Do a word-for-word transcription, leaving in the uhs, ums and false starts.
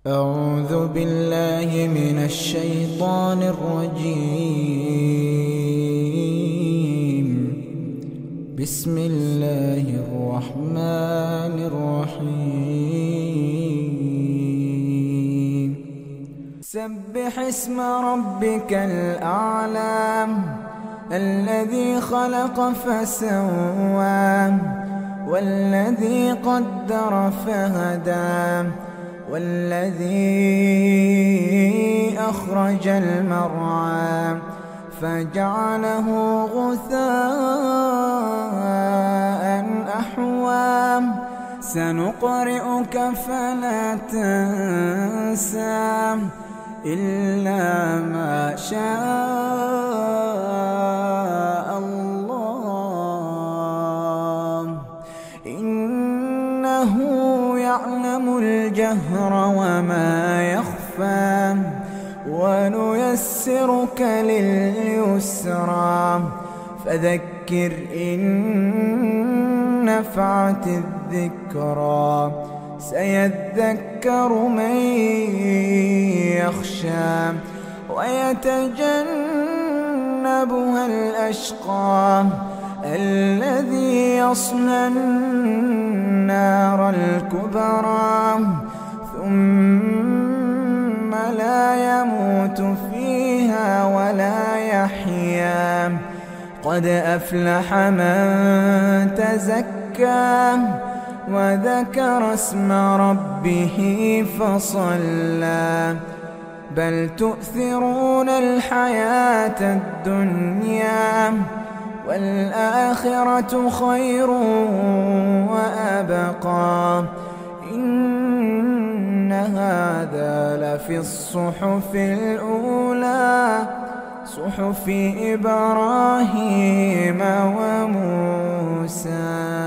أعوذ بالله من الشيطان الرجيم. بسم الله الرحمن الرحيم. سبح اسم ربك الأعلى الذي خلق فسوى والذي قدر فهدى والذي أخرج المرعى فجعله غثاء أحوى سنقرئك فلا تنسى إلا ما شاء الله إنه يعلم الجهر وما يخفى ونيسرك لليسرى فذكر إن نفعت الذكرى سيذكر من يخشى ويتجنبها الأشقى الذي يصلى النار الكبرى ثم لا يموت فيها ولا يحيا قد أفلح من تزكى وذكر اسم ربه فصلى بل تؤثرون الحياة الدنيا والآخرة خير وأبقى إن هذا لفي الصحف الأولى صحف إبراهيم وموسى.